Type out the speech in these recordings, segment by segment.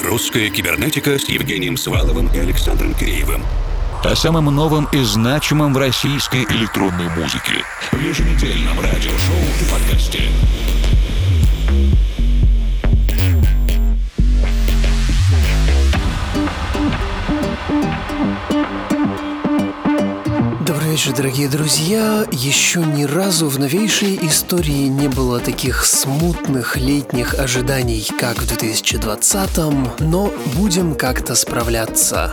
Русская кибернетика с Евгением Сваловым и Александром Киреевым. О самом новом и значимом в российской электронной музыке. В еженедельном радиошоу и подкасте. Добрый вечер, дорогие друзья. Еще ни разу в новейшей истории не было таких смутных летних ожиданий, как в 2020-м, но будем как-то справляться.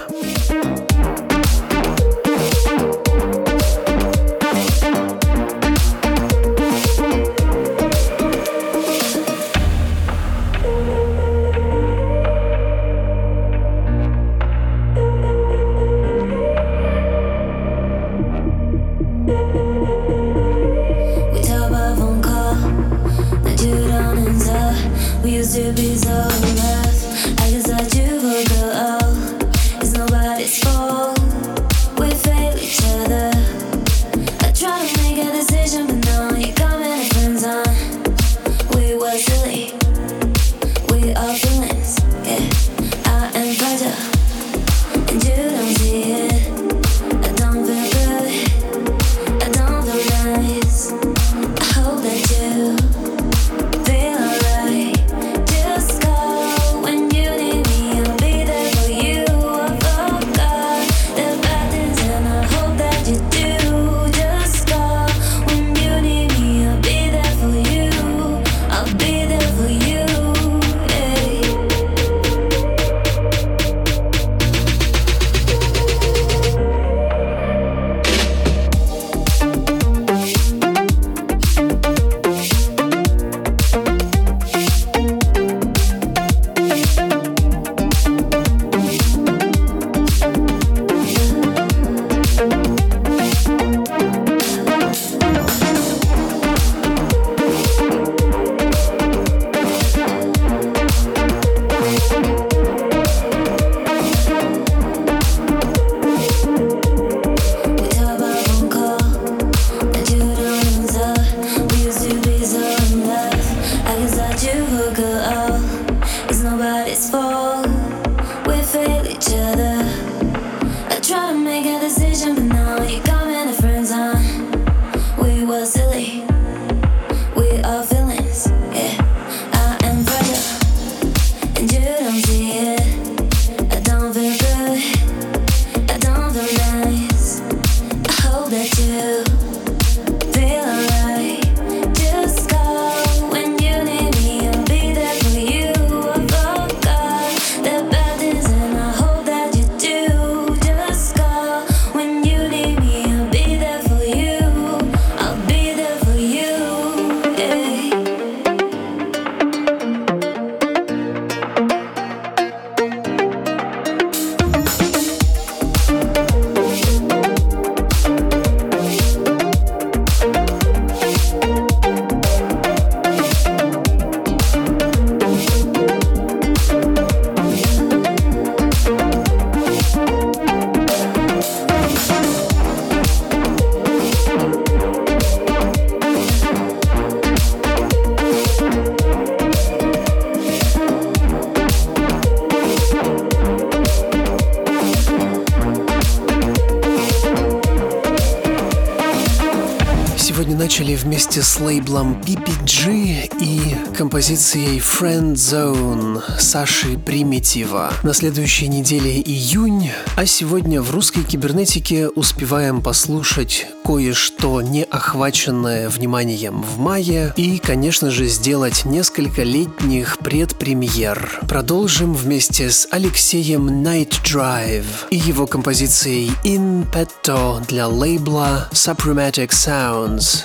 Начали вместе с лейблом PPG и композицией Friend Zone Саши Примитива. На следующей неделе июнь, а сегодня в русской кибернетике успеваем послушать кое-что не охваченное вниманием в мае и, конечно же, сделать несколько летних предпремьер. Продолжим вместе с Алексеем Night Drive и его композицией In Petto для лейбла Suprematic Sounds.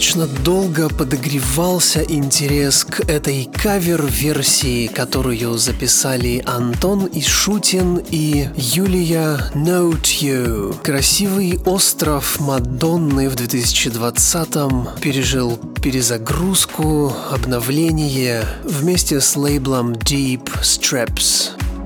достаточно долго подогревался интерес к этой кавер-версии, которую записали Антон Ишутин и Юлия Ноутью. Красивый остров Мадонны в 2020-м пережил перезагрузку, обновление вместе с лейблом Deep Straps.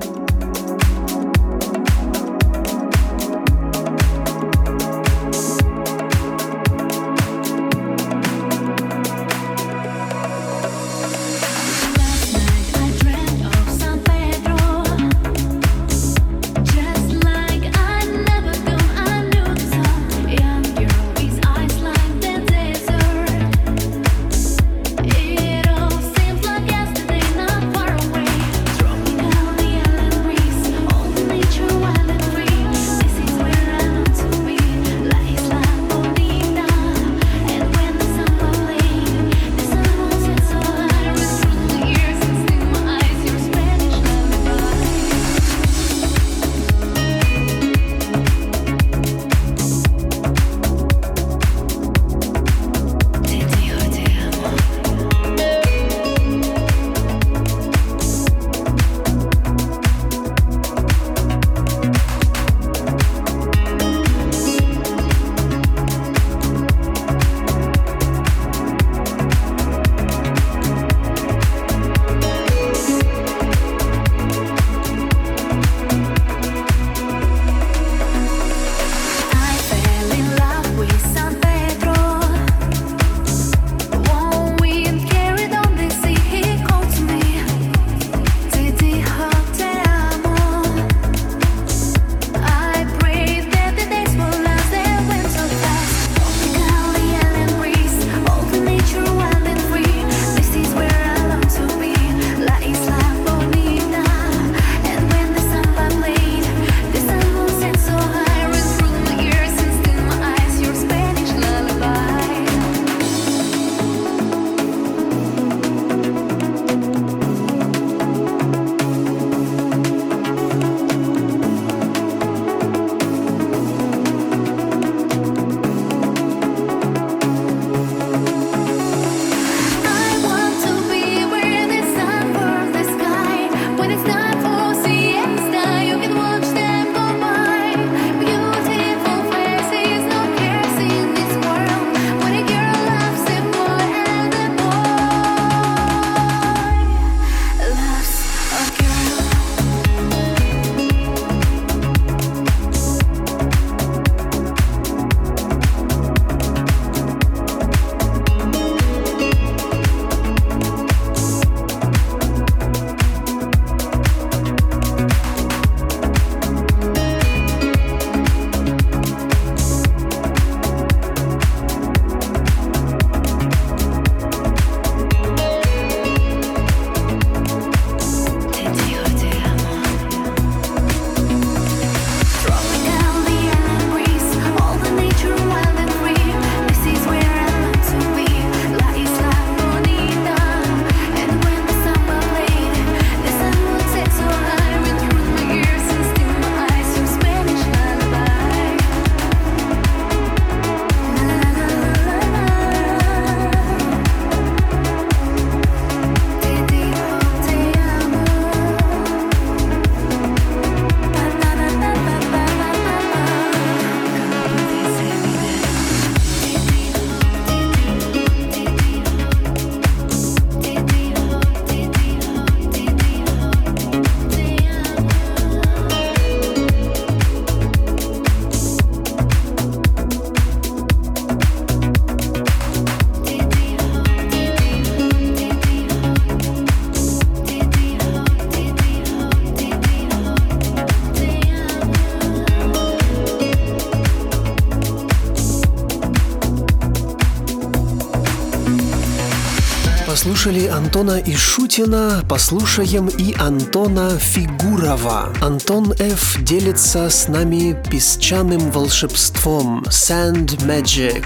Послушали Антона Ишутина, послушаем и Антона Фигурова. Антон Ф. делится с нами песчаным волшебством Sand Magic.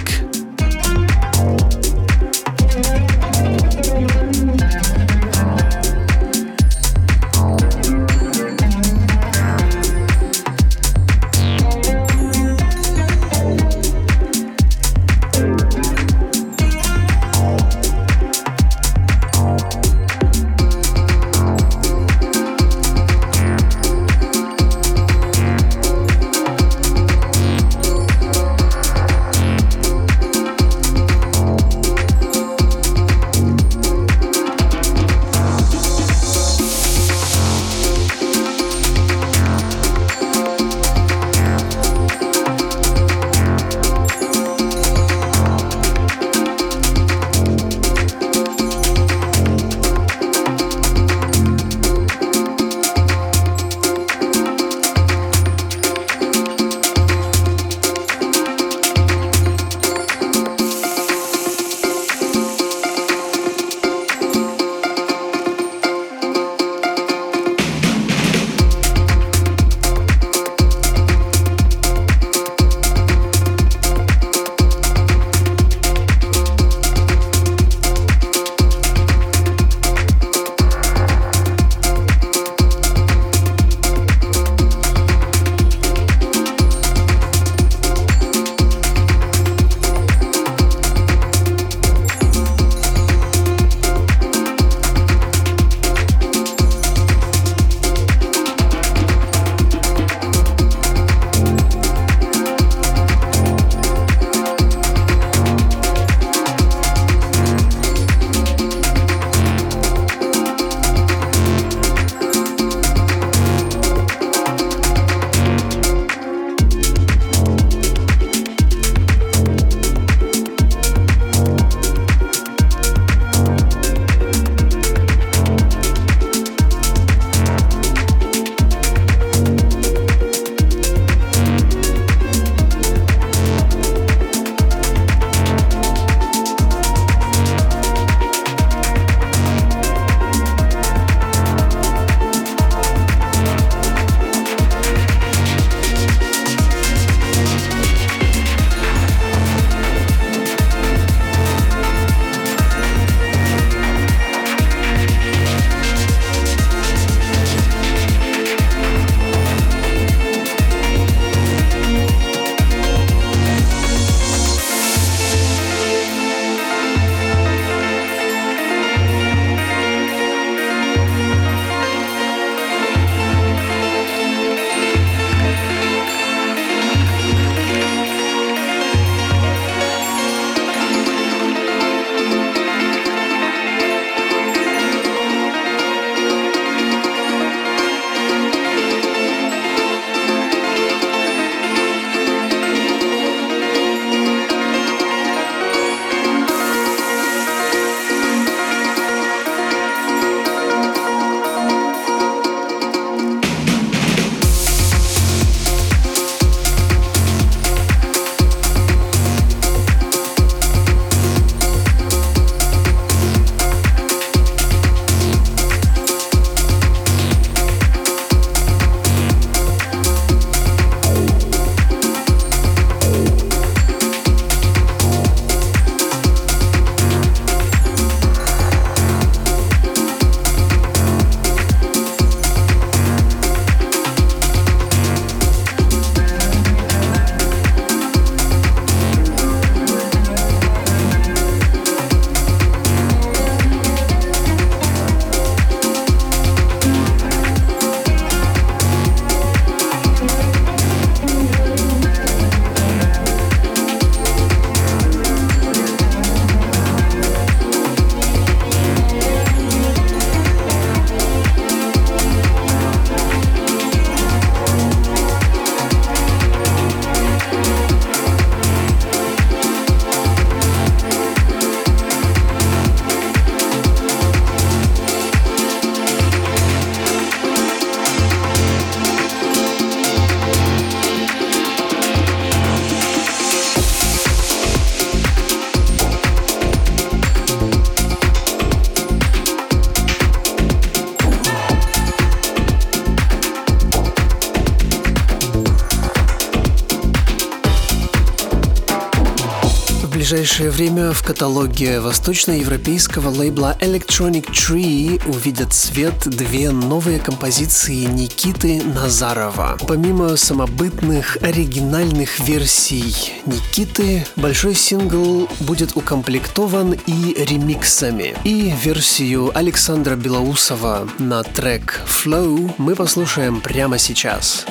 ближайшее время в каталоге восточноевропейского лейбла Electronic Tree увидят свет две новые композиции Никиты Назарова. Помимо самобытных оригинальных версий Никиты, большой сингл будет укомплектован и ремиксами. И версию Александра Белоусова на трек Flow мы послушаем прямо сейчас.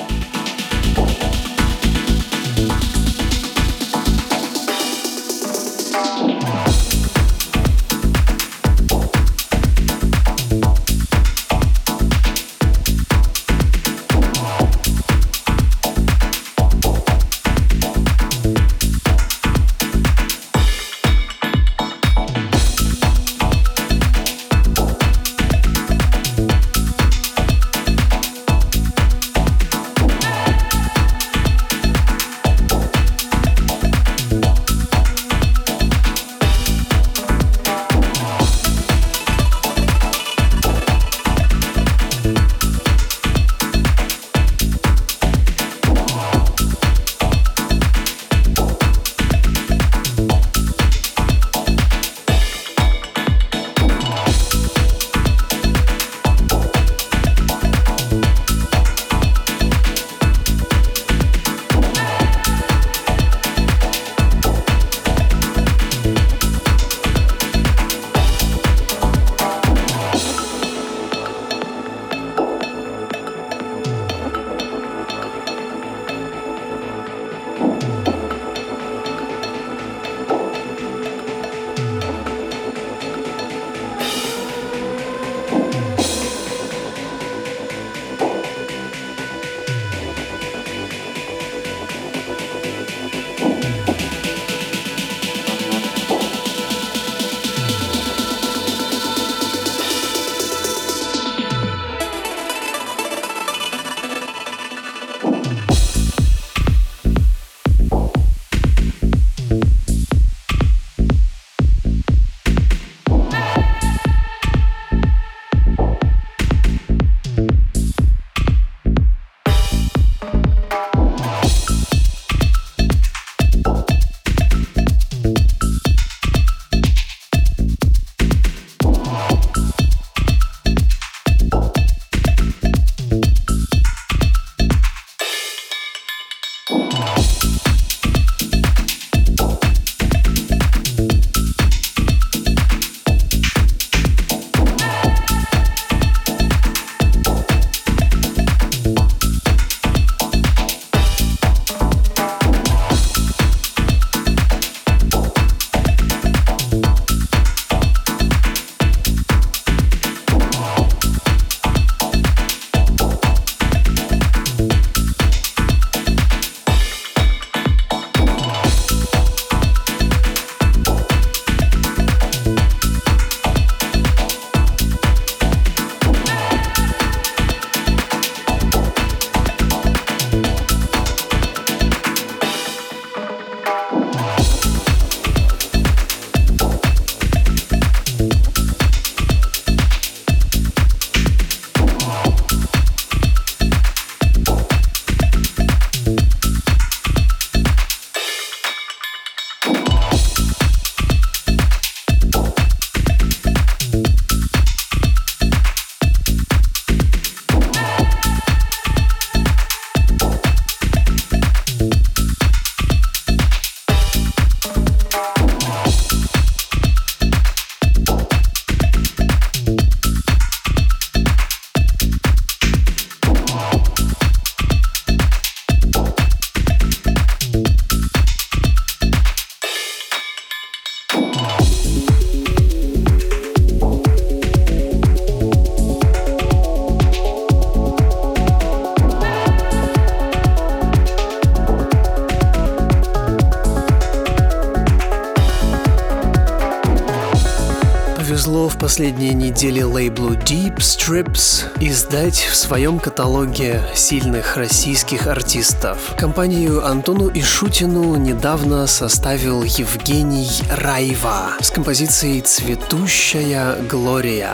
повезло в последние недели лейблу Deep Strips издать в своем каталоге сильных российских артистов. Компанию Антону Ишутину недавно составил Евгений Райва с композицией «Цветущая Глория».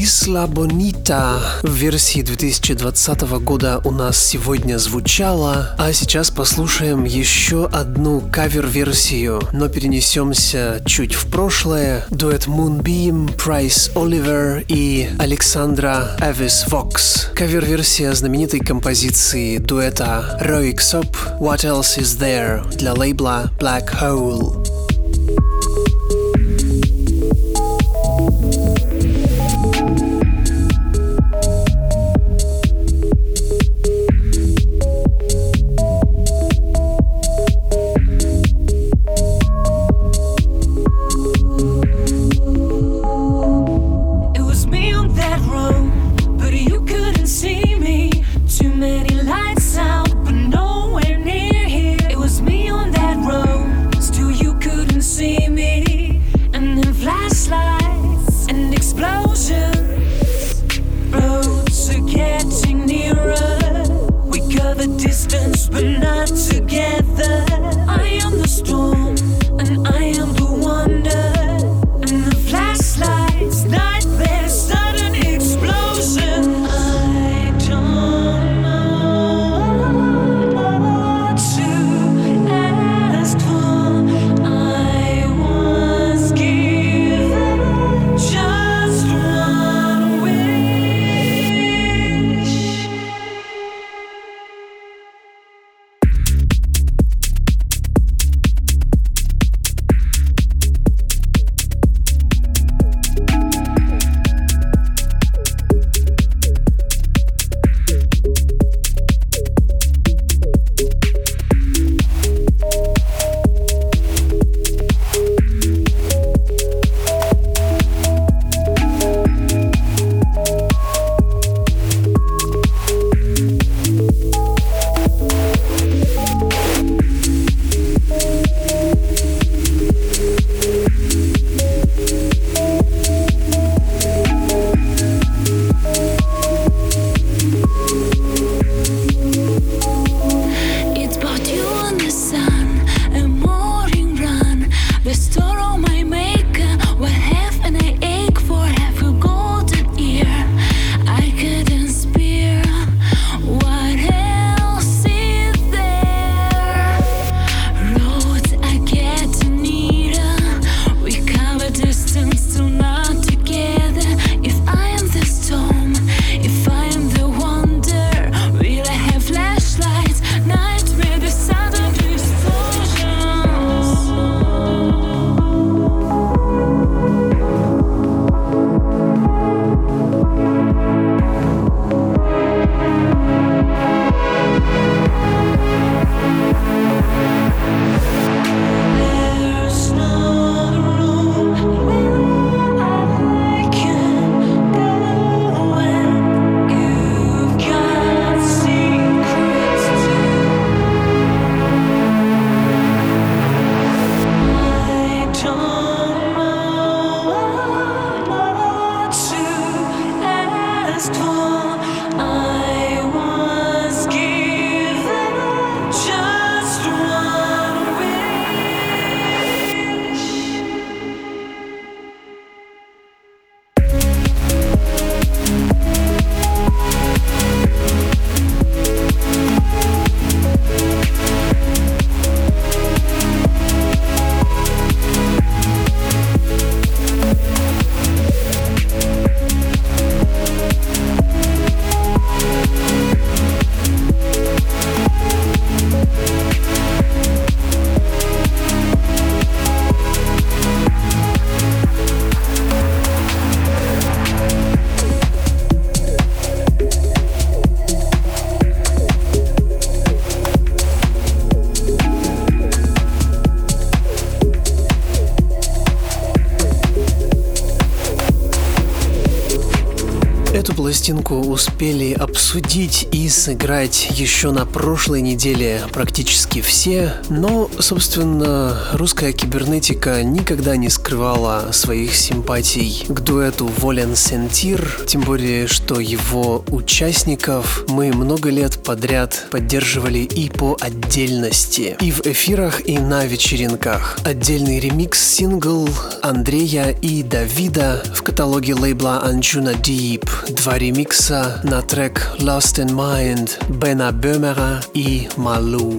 Isla Bonita в версии 2020 года у нас сегодня звучала, а сейчас послушаем еще одну кавер-версию, но перенесемся чуть в прошлое. Дуэт Moonbeam, Price Oliver и Александра Эвис Вокс. Кавер-версия знаменитой композиции дуэта Röyksopp What Else Is There для лейбла Black Hole. You could Эту пластинку успели обсудить и сыграть еще на прошлой неделе практически все, но, собственно, русская кибернетика никогда не скрывала своих симпатий к дуэту Волен Сентир, тем более, что его участников мы много лет подряд поддерживали и по отдельности, и в эфирах, и на вечеринках. Отдельный ремикс-сингл Андрея и Давида в каталоге лейбла Anjuna Deep, 2 ремикса на трек Lost in Mind Бена Бöhmera и Малу.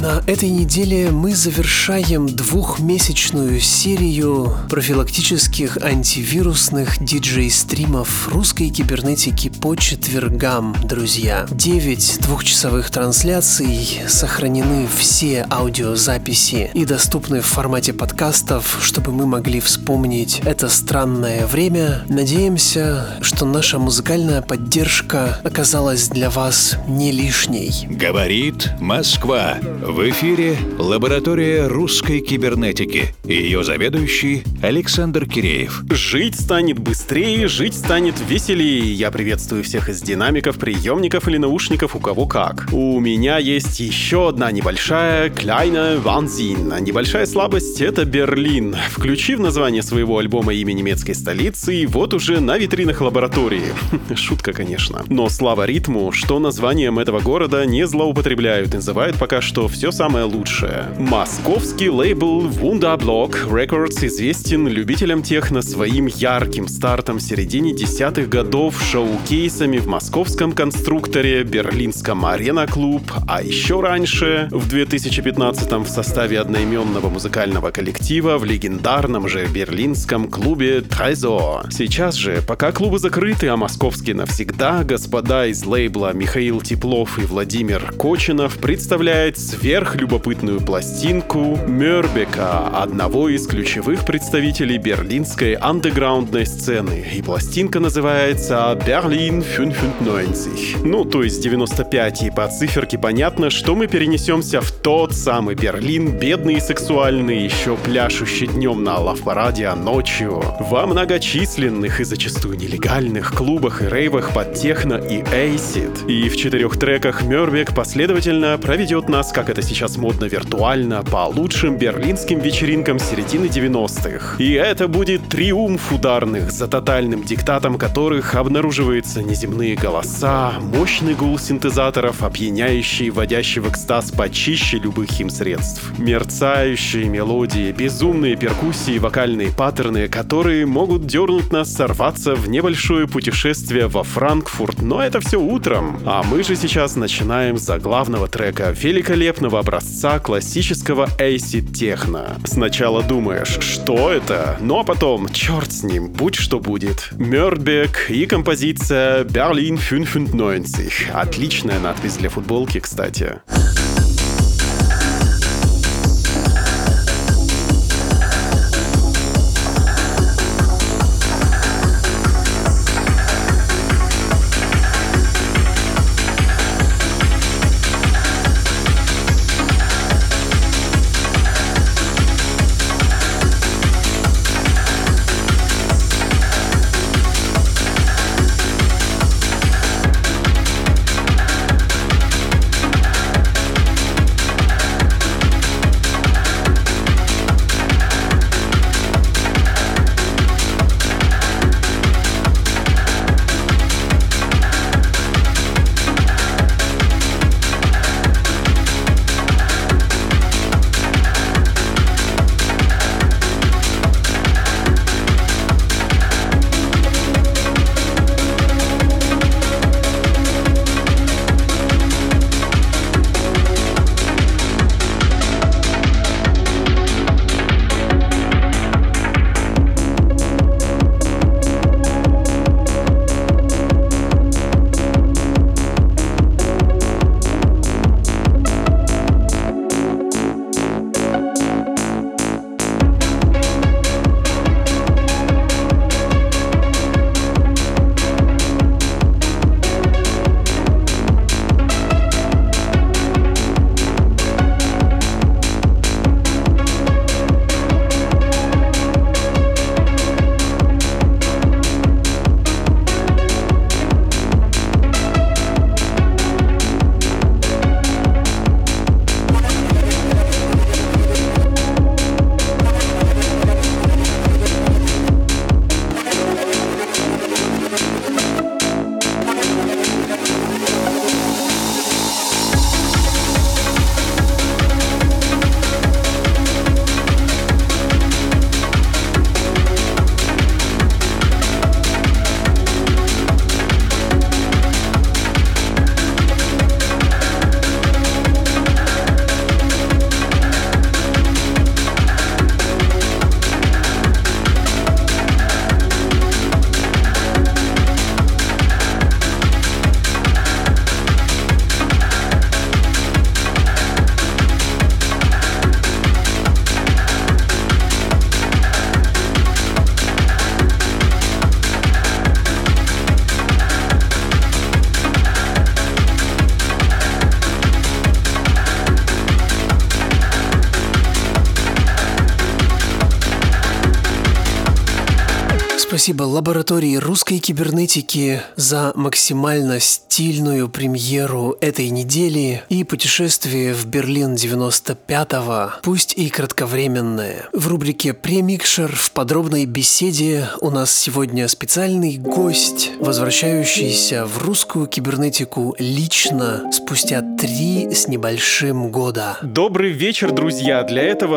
На этой неделе мы завершаем двухмесячную серию профилактических антивирусных диджей-стримов русской кибернетики по четвергам, друзья. 9 двухчасовых трансляций, сохранены все аудиозаписи и доступны в формате подкастов, чтобы мы могли вспомнить это странное время. Надеемся, что наша музыкальная поддержка оказалась для вас не лишней. Говорит Москва. В эфире лаборатория русской кибернетики. Ее заведующий Александр Киреев. Жить станет быстрее, жить станет веселее. Я приветствую всех из динамиков, приемников или наушников, у кого как. У меня есть еще одна небольшая kleine Wahnsinn. Небольшая слабость — это Берлин. Включи в название своего альбома имя немецкой столицы, и вот уже на витринах лаборатории. Шутка, конечно. Но слава ритму, что названием этого города не злоупотребляют, называют пока что все самое лучшее. Московский лейбл Wunderblock Records известен любителям техно своим ярким стартом в середине десятых годов, шоу-кейсами в московском конструкторе, берлинском арена-клуб, а еще раньше, в 2015-м, в составе одноименного музыкального коллектива в легендарном же берлинском клубе Trésor. Сейчас же, пока клубы закрыты, а московские навсегда, господа из лейбла Михаил Теплов и Владимир Кочинов представляют сверхлюбопытную пластинку Мёрбека, одного из ключевых представителей берлинской андеграундной сцены. И пластинка называется Berlin 95. Ну, то есть 95, и по циферке понятно, что мы перенесемся в тот самый Берлин, бедный и сексуальный, еще пляшущий днем на лав-параде, а ночью во многочисленных и зачастую нелегальных клубах и рейвах под техно и acid. И в 4 треках Мёрбек последовательно проведет нас, как это сейчас модно, виртуально, по лучшим берлинским вечеринкам середины 90-х. И это будет триумф ударных, за тотальным диктатом которых обнаруживаются неземные голоса, мощный гул синтезаторов, опьяняющий, вводящий в экстаз почище любых химсредств. Мерцающие мелодии, безумные перкуссии, вокальные паттерны, которые могут дернуть нас сорваться в небольшое путешествие во Франкфурт, но это все утром. А мы же сейчас начинаем с заглавного трека великолепного образца классического acid техно. Сначала думаешь, что это? Ну а потом, черт с ним, будь что будет. Мёрбек и композиция Berlin 95. Отличная надпись для футболки, кстати. Спасибо лаборатории русской кибернетики за максимально стильную премьеру этой недели и путешествие в Берлин 95-го, пусть и кратковременное. В рубрике «Премикшер» в подробной беседе у нас сегодня специальный гость, возвращающийся в русскую кибернетику лично спустя 3 с небольшим года. Добрый вечер, друзья! Для этого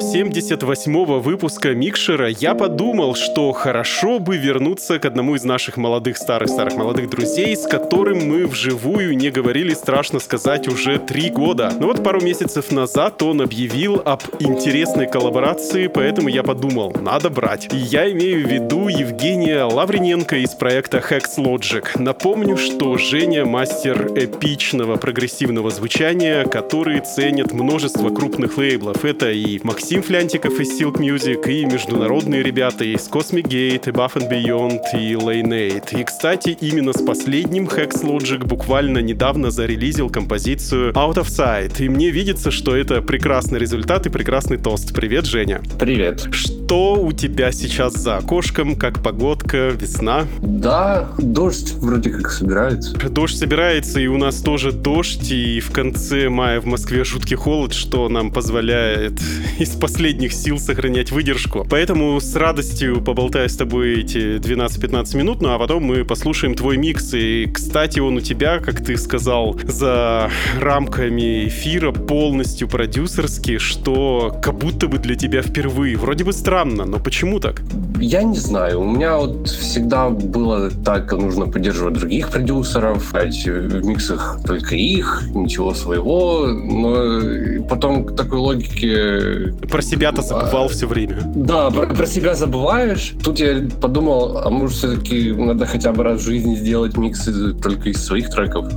178-го выпуска Микшера я подумал, что хорошо бы вернуться к одному из наших старых молодых друзей, с которым мы вживую не говорили, страшно сказать, уже 3 года. Но вот пару месяцев назад он объявил об интересной коллаборации, поэтому я подумал, надо брать. И я имею в виду Евгения Лавриненко из проекта Hex Logic. Напомню, что Женя мастер эпичного прогрессивного звучания, который ценит множество крупных лейблов. Это и Максим Флянтиков из Silk Music, и международные ребята из Cosmic Gate, и Above and Beyond, и Lane 8. И, кстати, именно с последним Hex Logic буквально недавно зарелизил композицию Out of Sight. И мне видится, что это прекрасный результат и прекрасный тост. Привет, Женя. Привет. Что у тебя сейчас за окошком? Как погодка? Весна? Да, дождь вроде как собирается. Дождь собирается, и у нас тоже дождь, и в конце мая в Москве жуткий холод, что нам позволяет из последних сил сохранять выдержку. Поэтому с радостью поболтаю с тобой эти 12-15 минут, ну а потом мы послушаем твой микс. И, кстати, он у тебя, как ты сказал, за рамками эфира полностью продюсерский, что как будто бы для тебя впервые. Вроде бы странно, но почему так? Я не знаю. У меня вот всегда было так, нужно поддерживать других продюсеров, в миксах только их, ничего своего, но потом к такой логике... Про себя-то забывал все время. Да, про себя забываешь. Тут я подумал, а может все-таки надо хотя бы раз в жизни сделать миксы только из своих треков.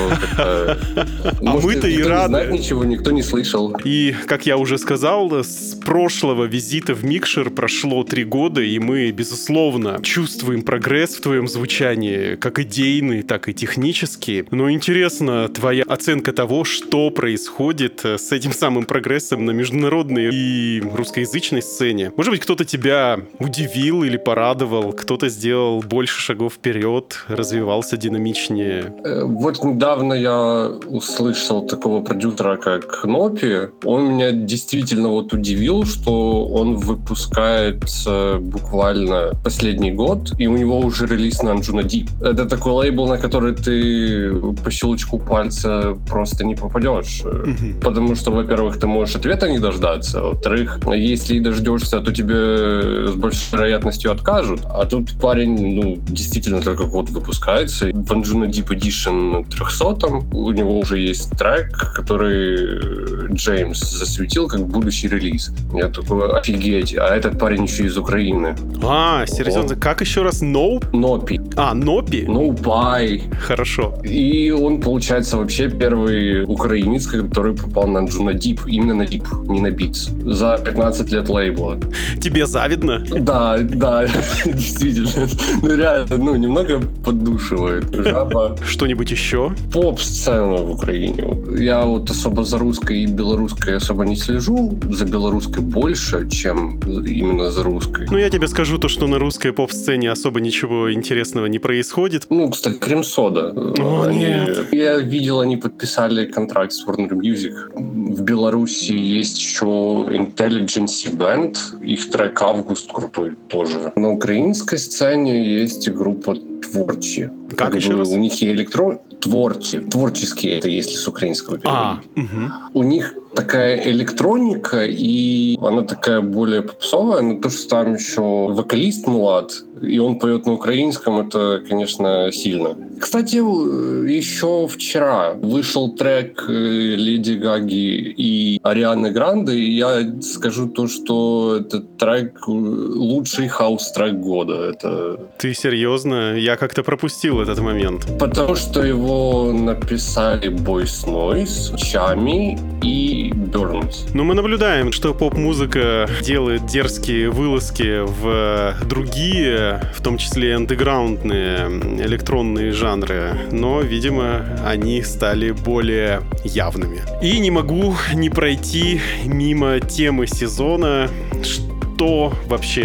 А мы-то и рады. Никто не знает ничего, никто не слышал. И, как я уже сказал, с прошлого визита в Микшер прошло 3 года, и мы, безусловно, чувствуем прогресс в твоем звучании, как идейный, так и технический. Но интересно твоя оценка того, что происходит с этим самым прогрессом на международной и русскоязычной сцене. Может быть, кто-то тебя удивил или порадовал, кто-то сделал больше шагов вперед, развивался динамичнее. Вот недавно я услышал такого продюсера, как Нопи. Он меня действительно вот удивил, что он выпускается буквально последний год, и у него уже релиз на Anjuna Deep. Это такой лейбл, на который ты по щелчку пальца просто не попадешь. Потому что, во-первых, ты можешь ответа не дождаться, а во-вторых, если и дождешься, то тебе с большей вероятностью откажут. А тут парень, действительно только год выпускается. В Anjuna Deep Edition 300 у него уже есть трек, который Джеймс засветил как будущий релиз. Я такой, офигеть, а этот парень еще из Украины. Серьезно? Как еще раз? Нопи. Нопи? Ноупай. Хорошо. И он, получается, вообще первый украинец, который попал на Anjuna Deep. Именно на Deep, не на Beats. За 15 лет лейбла. Тебе завидно? Да, действительно. Реально, немного поддушивает. Жаба. Что-нибудь еще? Поп-сцена в Украине. Я вот особо за русской и белорусской особо не слежу. За белорусской больше, чем именно за русской. Я тебе скажу то, что на русской поп-сцене особо ничего интересного не происходит. Кстати, Крем-сода. Нет. Я видел, они подписали контракт с Warner Music. В Беларуси есть еще Intelligence Band. Их трек «Август» крутой тоже. На украинской сцене есть группа Творчи. Как еще раз? У них и Творческие, это если с украинского перевода. У них такая электроника, и она такая более попсовая, но то, что там еще вокалист Мулат, и он поет на украинском, это, конечно, сильно. Кстати, еще вчера вышел трек Леди Гаги и Арианы Гранде, и я скажу то, что этот трек лучший хаус-трек года. Ты серьезно? Я как-то пропустил этот момент. Потому что его написали Boys Noise, Чами и Burns. Мы наблюдаем, что поп-музыка делает дерзкие вылазки в другие, в том числе андеграундные электронные жанры, но, видимо, они стали более явными. И не могу не пройти мимо темы сезона. Что вообще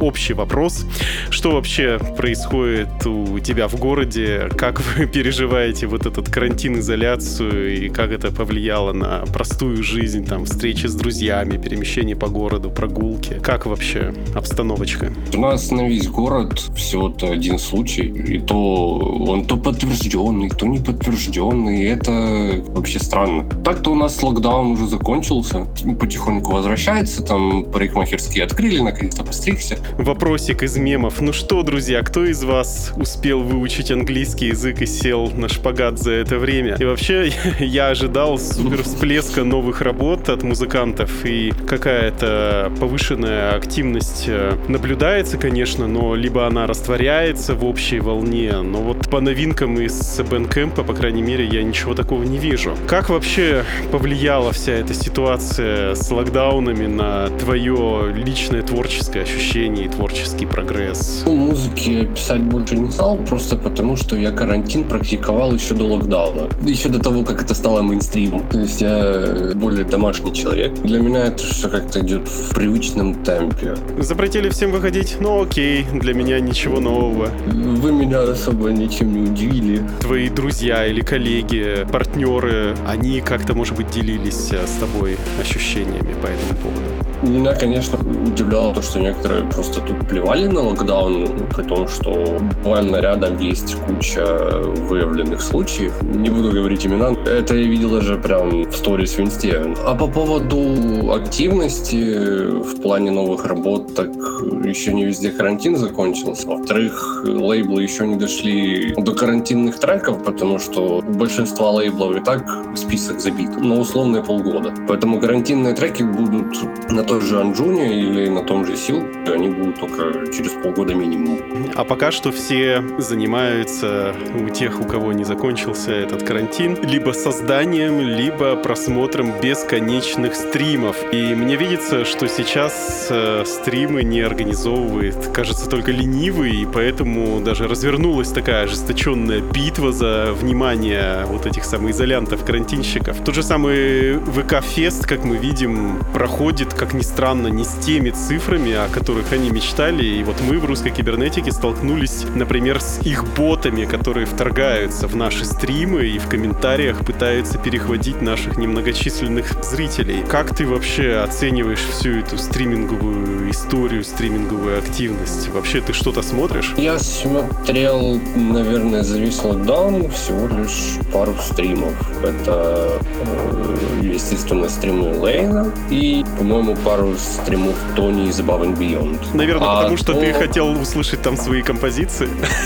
общий вопрос. Что вообще происходит у тебя в городе? Как вы переживаете вот этот карантин, изоляцию, и как это повлияло на простую жизнь, там, встречи с друзьями, перемещение по городу, прогулки? Как вообще обстановочка? У нас на весь город всего-то один случай, и то он то подтвержденный, то не подтвержденный, и это вообще странно. Так-то у нас локдаун уже закончился, потихоньку возвращается, там парикмахерские открыли, наконец-то постригся. Вопросик из мемов. Ну что, друзья, кто из вас успел выучить английский язык и сел на шпагат за это время? И вообще, я ожидал супер всплеска новых работ от музыкантов, и какая-то повышенная активность наблюдается, конечно, но либо она растворяется в общей волне, но вот по новинкам из Bandcamp, по крайней мере, я ничего такого не вижу. Как вообще повлияла вся эта ситуация с локдаунами на твое личное творческое ощущение и творческий прогресс? Музыки писать больше не стал, просто потому, что я карантин практиковал еще до локдауна. Еще до того, как это стало мейнстримом. То есть я более домашний человек. Для меня это все как-то идет в привычном темпе. Запретили всем выходить? Ну окей, для меня ничего нового. Вы меня особо ничем не удивили. Твои друзья или коллеги, партнеры, они как-то, может быть, делились с тобой ощущениями по этому поводу? Меня, конечно, удивляло то, что некоторые просто тут плевали на локдаун, при том, что буквально рядом есть куча выявленных случаев. Не буду говорить имена. Это я видел даже прям в сторис в инсте. А по поводу активности в плане новых работ, так еще не везде карантин закончился. Во-вторых, лейблы еще не дошли до карантинных треков, потому что у большинства лейблов и так список забит на условные полгода. Поэтому карантинные треки будут на той же Анджуне или на том же Сил, они будут только через полгода минимум. А пока что все занимаются, у тех, у кого не закончился этот карантин, либо созданием, либо просмотром бесконечных стримов. И мне видится, что сейчас стримы не организовывает, кажется, только ленивый, и поэтому даже развернулась такая ожесточенная битва за внимание вот этих самоизолянтов, карантинщиков. Тот же самый ВК-фест, как мы видим, проходит, как ни странно, не с теми цифрами, о которых они мечтали. И вот мы в русской кибернетике столкнулись, например, с их ботами, которые вторгаются в наши стримы и в комментариях пытаются перехватить наших немногочисленных зрителей. Как ты вообще оцениваешь всю эту стриминговую историю, стриминговую активность? Вообще ты что-то смотришь? Я смотрел, наверное, за весь локдаун всего лишь пару стримов. Это, естественно, стримы Лейна и, по-моему, пару стримов Тони из Above and Beyond. Наверное, потому что ты хотел услышать там свои композиции.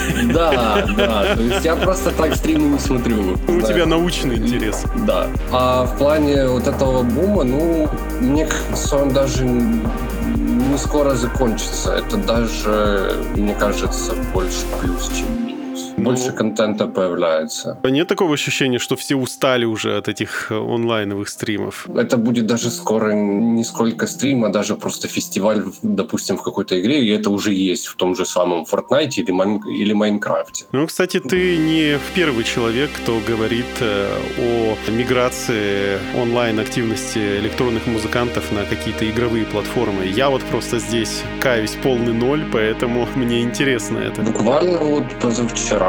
Да. То есть я просто так стримы не смотрю. У тебя научный интерес. Да. А в плане вот этого бума, мне кажется, он даже не скоро закончится. Это даже, мне кажется, больше плюс, чем минус. Больше контента появляется. Нет такого ощущения, что все устали уже от этих онлайновых стримов? Это будет даже скоро не сколько стрим, а даже просто фестиваль, допустим, в какой-то игре, и это уже есть в том же самом Fortnite или Майнкрафте. Кстати, ты не первый человек, кто говорит о миграции онлайн-активности электронных музыкантов на какие-то игровые платформы. Я вот просто здесь каюсь полный ноль, поэтому мне интересно это. Буквально вот позавчера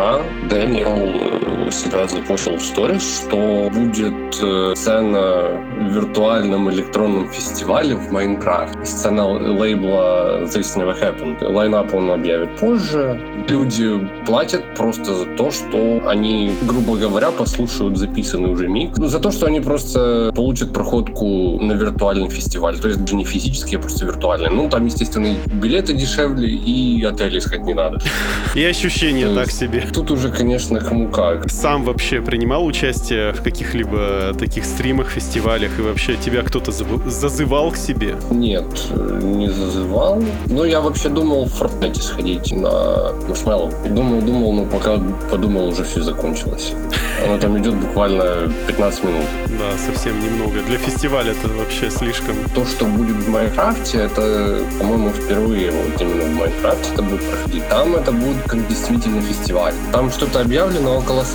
Дэниел себя запостил в сторис, что будет сцена в виртуальном электронном фестивале в Майнкрафте. Сцена лейбла This Never Happened. Лайнап он объявит позже. Люди платят просто за то, что они, грубо говоря, послушают записанный уже микс. За то, что они просто получат проходку на виртуальный фестиваль. То есть даже не физический, а просто виртуальный. Там, естественно, билеты дешевле, и отели искать не надо. И ощущения так себе. Тут уже, конечно, кому как. Сам вообще принимал участие в каких-либо таких стримах, фестивалях? И вообще тебя кто-то зазывал к себе? Нет, не зазывал. Я вообще думал в Fortnite сходить на Marshmallow. Думал, но пока подумал, уже все закончилось. Оно там идет буквально 15 минут. Да, совсем немного. Для фестиваля это вообще слишком. То, что будет в Майнкрафте, это, по-моему, впервые вот именно в Майнкрафте это будет проходить. Там это будет как действительно фестиваль. Там что-то объявлено около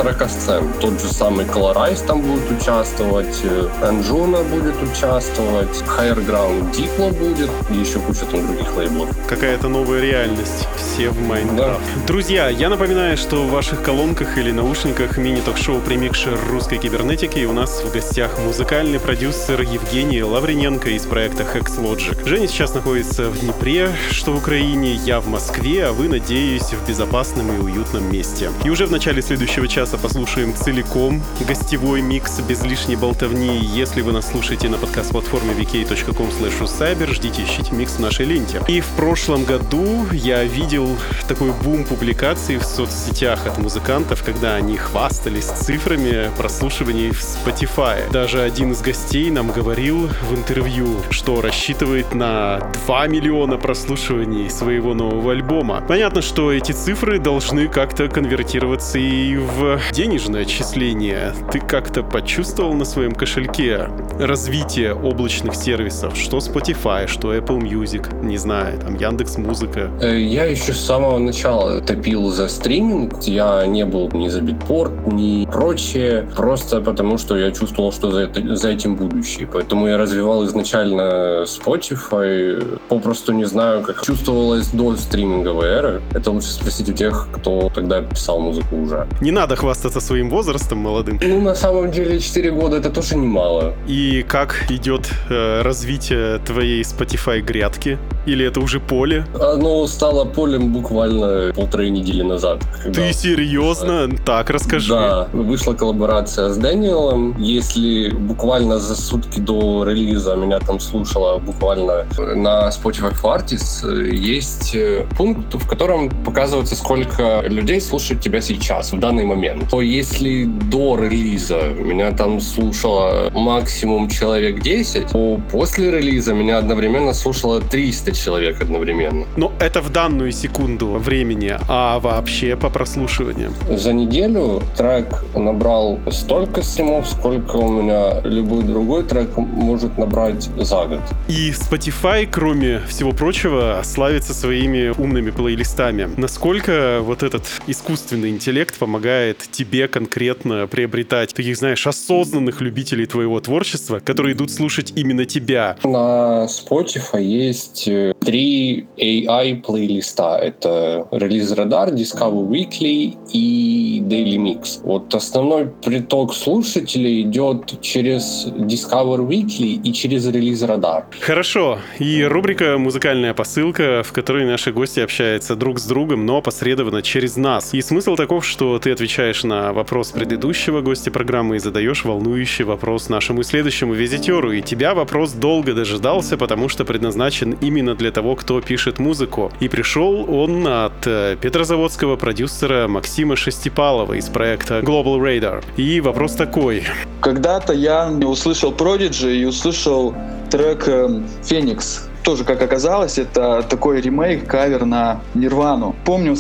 40 сцен. Тот же самый Colorize там будет участвовать, Anjuna будет участвовать, Higher Ground Diplo будет, и еще куча там других лейблов. Какая-то новая реальность. Все в Майнкрафт. Да. Друзья, я напоминаю, что в ваших колонках или наушниках мини-ток-шоу «Премикшер русской кибернетики», и у нас в гостях музыкальный продюсер Евгений Лавриненко из проекта Hexlogic. Женя сейчас находится в Днепре, что в Украине, я в Москве, а вы, надеюсь, в безопасном и уютном месте. И уже в начале следующего часа послушаем целиком гостевой микс без лишней болтовни. Если вы нас слушаете на подкаст-платформе vk.com/cyber, ждите, ищите микс в нашей ленте. И в прошлом году я видел такой бум публикаций в соцсетях от музыкантов, когда они хвастались цифрами прослушиваний в Spotify. Даже один из гостей нам говорил в интервью, что рассчитывает на 2 миллиона прослушиваний своего нового альбома. Понятно, что эти цифры должны как-то конвертироваться и в денежное отчисление. Ты как-то почувствовал на своем кошельке развитие облачных сервисов? Что Spotify, что Apple Music, не знаю, там Яндекс.Музыка. Я еще с самого начала топил за стриминг. Я не был ни за битпорт, ни прочее. Просто потому, что я чувствовал, что за этим будущее. Поэтому я развивал изначально Spotify. Попросту не знаю, как чувствовалось до стриминговой эры. Это лучше спросить у тех, кто тогда писал музыку уже. Не надо хвастаться своим возрастом молодым. На самом деле 4 года это тоже немало. И как идет развитие твоей Spotify грядки? Или это уже поле? Оно стало полем буквально 1,5 недели назад. Ты серьезно? Так, расскажи. Да, вышла коллаборация с Дэниелом. Если буквально за сутки до релиза меня там слушало буквально на Spotify for Artists, есть пункт, в котором показывается, сколько людей слушает тебя сейчас, в данный момент. То если до релиза меня там слушало максимум человек 10, то после релиза меня одновременно слушало 300 человек одновременно. Но это в данную секунду времени, а вообще по прослушиваниям? За неделю трек набрал столько стримов, сколько у меня любой другой трек может набрать за год. И Spotify, кроме всего прочего, славится своими умными плейлистами. Насколько вот этот искусственный интеллект помогает тебе конкретно приобретать таких, знаешь, осознанных любителей твоего творчества, которые идут слушать именно тебя? На Spotify есть 3 AI-плейлиста. Это Release Radar, Discover Weekly и Daily Mix. Вот основной приток слушателей идет через Discover Weekly и через Release Radar. Хорошо. И рубрика «Музыкальная посылка», в которой наши гости общаются друг с другом, но опосредованно через нас. И смысл таков, что ты отвечаешь на вопрос предыдущего гостя программы и задаешь волнующий вопрос нашему следующему визитеру. И тебя вопрос долго дожидался, потому что предназначен именно для того, кто пишет музыку. И пришел он от петрозаводского продюсера Максима Шестипалова из проекта Global Radar. И вопрос такой. Когда-то я услышал Prodigy и услышал трек «Феникс». Тоже, как оказалось, это такой ремейк, кавер на Нирвану. Помню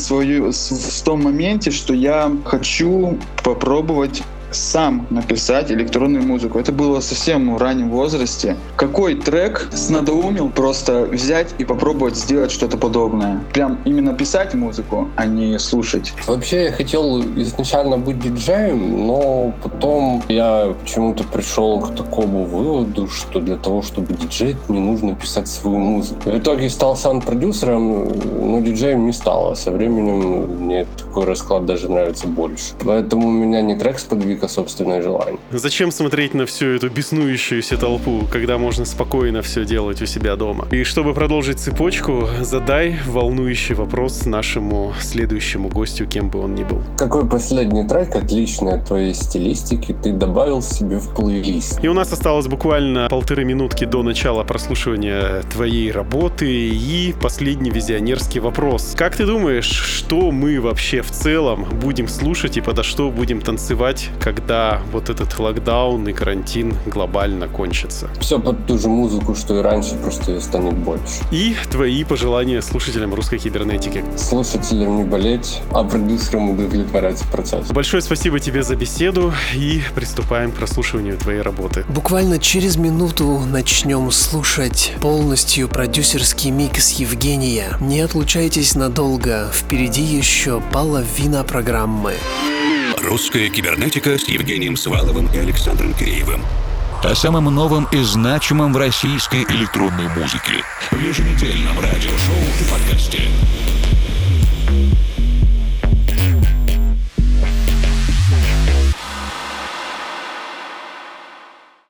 в том моменте, что я хочу попробовать сам написать электронную музыку. Это было совсем в раннем возрасте. Какой трек надоумил просто взять и попробовать сделать что-то подобное? Прям именно писать музыку, а не слушать. Вообще я хотел изначально быть диджеем, но потом я почему-то пришел к такому выводу, что для того, чтобы диджеить, не нужно писать свою музыку. В итоге стал саунд-продюсером, но диджеем не стал. А со временем мне такой расклад даже нравится больше. Поэтому у меня не трек сподвиг, а собственное желание. Зачем смотреть на всю эту беснующуюся толпу, когда можно спокойно все делать у себя дома? И чтобы продолжить цепочку, задай волнующий вопрос нашему следующему гостю, кем бы он ни был. Какой последний трек, отличный от твоей стилистики, ты добавил себе в плейлист? И у нас осталось буквально 1,5 минутки до начала прослушивания твоей работы и последний визионерский вопрос. Как ты думаешь, что мы вообще в целом будем слушать и подо что будем танцевать, когда вот этот локдаун и карантин глобально кончится? Все под ту же музыку, что и раньше, просто ее станет больше. И твои пожелания слушателям русской кибернетики? Слушателям не болеть, а продюсерам удовлетворяться процессом. Большое спасибо тебе за беседу и приступаем к прослушиванию твоей работы. Буквально через минуту начнем слушать полностью продюсерский микс Евгения. Не отлучайтесь надолго, впереди еще половина программы. Русская кибернетика с Евгением Сваловым и Александром Киреевым. О самом новом и значимом в российской электронной музыке. В еженедельном радиошоу и подкасте.